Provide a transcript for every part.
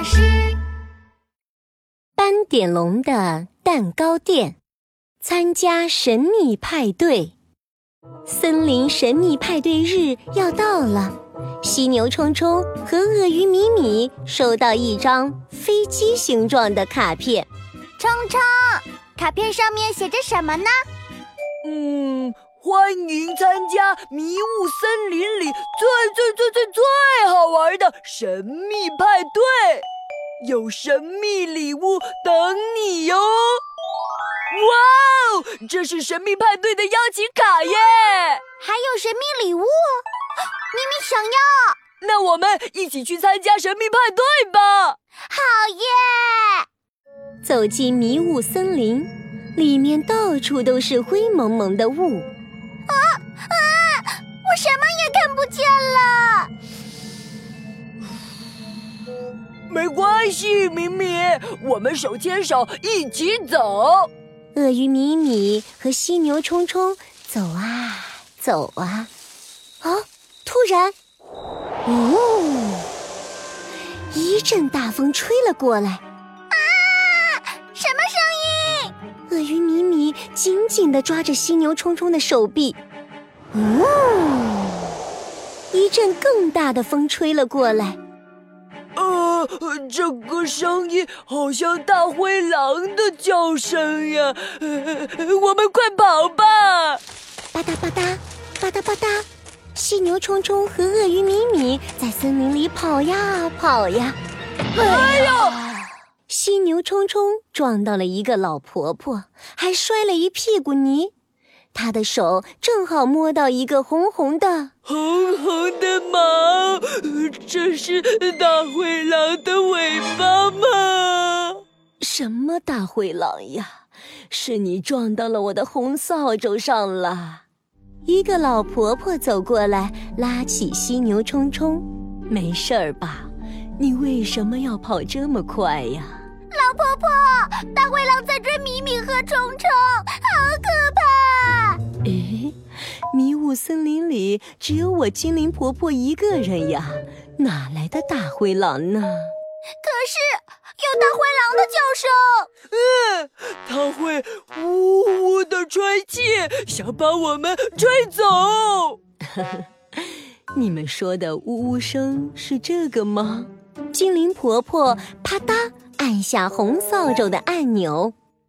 师。 斑点龙的蛋糕店，参加神秘派对。森林神秘派对日要到了，犀牛冲冲和鳄鱼米米收到一张飞机形状的卡片。 冲冲，卡片上面写着什么呢？ 欢迎参加迷雾森林里最好玩的神秘派对，有神秘礼物等你哟！哇哦，这是神秘派对的邀请卡耶！ 还有神秘礼物，咪咪想要。 那我们一起去参加神秘派对吧！ 好耶！ 走进迷雾森林，里面到处都是灰蒙蒙的雾。 我什么也看不见了。 没关系，米米，我们手牵手一起走。 鳄鱼米米和犀牛冲冲走啊走啊，突然，一阵大风吹了过来。 什么声音？ 鳄鱼米米紧紧地抓着犀牛冲冲的手臂。一阵更大的风吹了过来。 这个声音好像大灰狼的叫声呀！我们快跑吧！ 吧嗒吧嗒，吧嗒吧嗒，犀牛冲冲和鳄鱼米米在森林里跑呀跑呀。 哎呦！ 犀牛冲冲撞到了一个老婆婆，还摔了一屁股泥。她的手正好摸到一个红红的毛，这是大灰狼的尾巴吗？ 什么大灰狼呀？是你撞到了我的红扫帚上了。一个老婆婆走过来，拉起犀牛冲冲。没事儿吧？你为什么要跑这么快呀？ 老婆婆，大灰狼在追米米和冲冲，好可怕！ 迷雾森林里只有我精灵婆婆一个人呀，哪来的大灰狼呢？ 可是有大灰狼的叫声， 它会呜呜地吹气，想把我们吹走。 你们说的呜呜声是这个吗？精灵婆婆啪嗒按下红扫帚的按钮，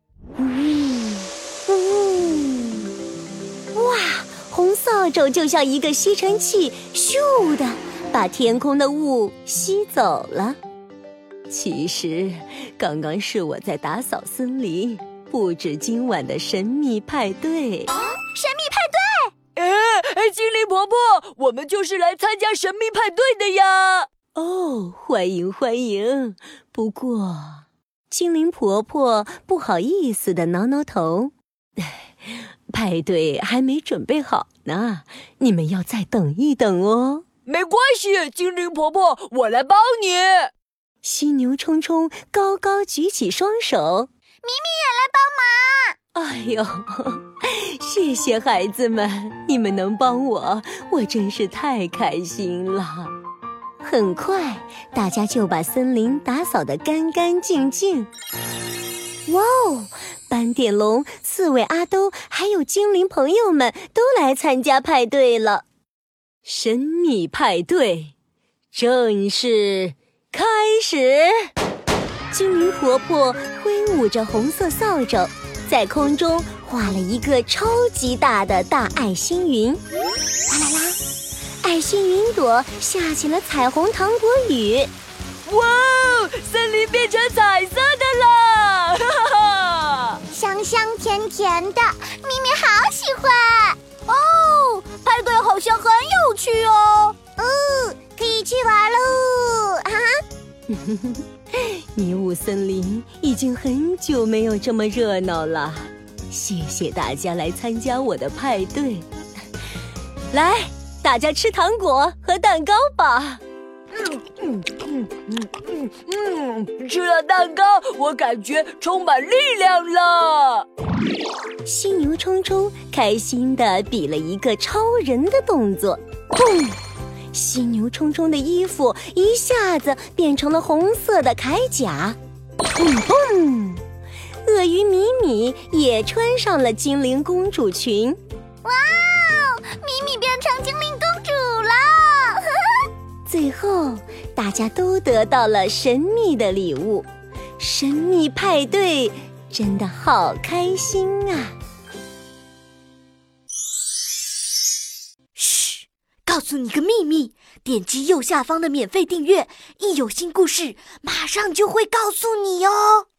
哇！红扫帚就像一个吸尘器，咻的把天空的雾吸走了。其实刚刚是我在打扫森林，布置今晚的神秘派对。 神秘派对？ 精灵婆婆，我们就是来参加神秘派对的呀！ 欢迎欢迎。不过精灵婆婆不好意思地挠挠头，派对还没准备好呢，你们要再等一等哦。 没关系，精灵婆婆，我来帮你。 犀牛冲冲高高举起双手， 米米也来帮忙。 哎呦，谢谢孩子们，你们能帮我，我真是太开心了。很快，大家就把森林打扫得干干净净。哇哦！斑点龙、刺猬阿兜还有精灵朋友们都来参加派对了。神秘派对正式开始。精灵婆婆挥舞着红色扫帚，在空中画了一个超级大的大爱心云。啦啦啦！爱心云朵下起了彩虹糖果雨。 哇哦！森林变成彩色的了！哈哈哈！ 香香甜甜的，咪咪好喜欢哦！派对好像很有趣哦。可以去玩喽！ 迷雾森林已经很久没有这么热闹了，谢谢大家来参加我的派对。来，大家吃糖果和蛋糕吧。 吃了蛋糕，我感觉充满力量了。 犀牛冲冲开心地比了一个超人的动作，砰！ 犀牛冲冲的衣服一下子变成了红色的铠甲。砰砰！鳄鱼米米也穿上了精灵公主裙。 哇哦，米米变成精灵公主了！ 最后，大家都得到了神秘的礼物。神秘派对真的好开心啊！ 嘘，告诉你个秘密，点击右下方的免费订阅，一有新故事，马上就会告诉你哦。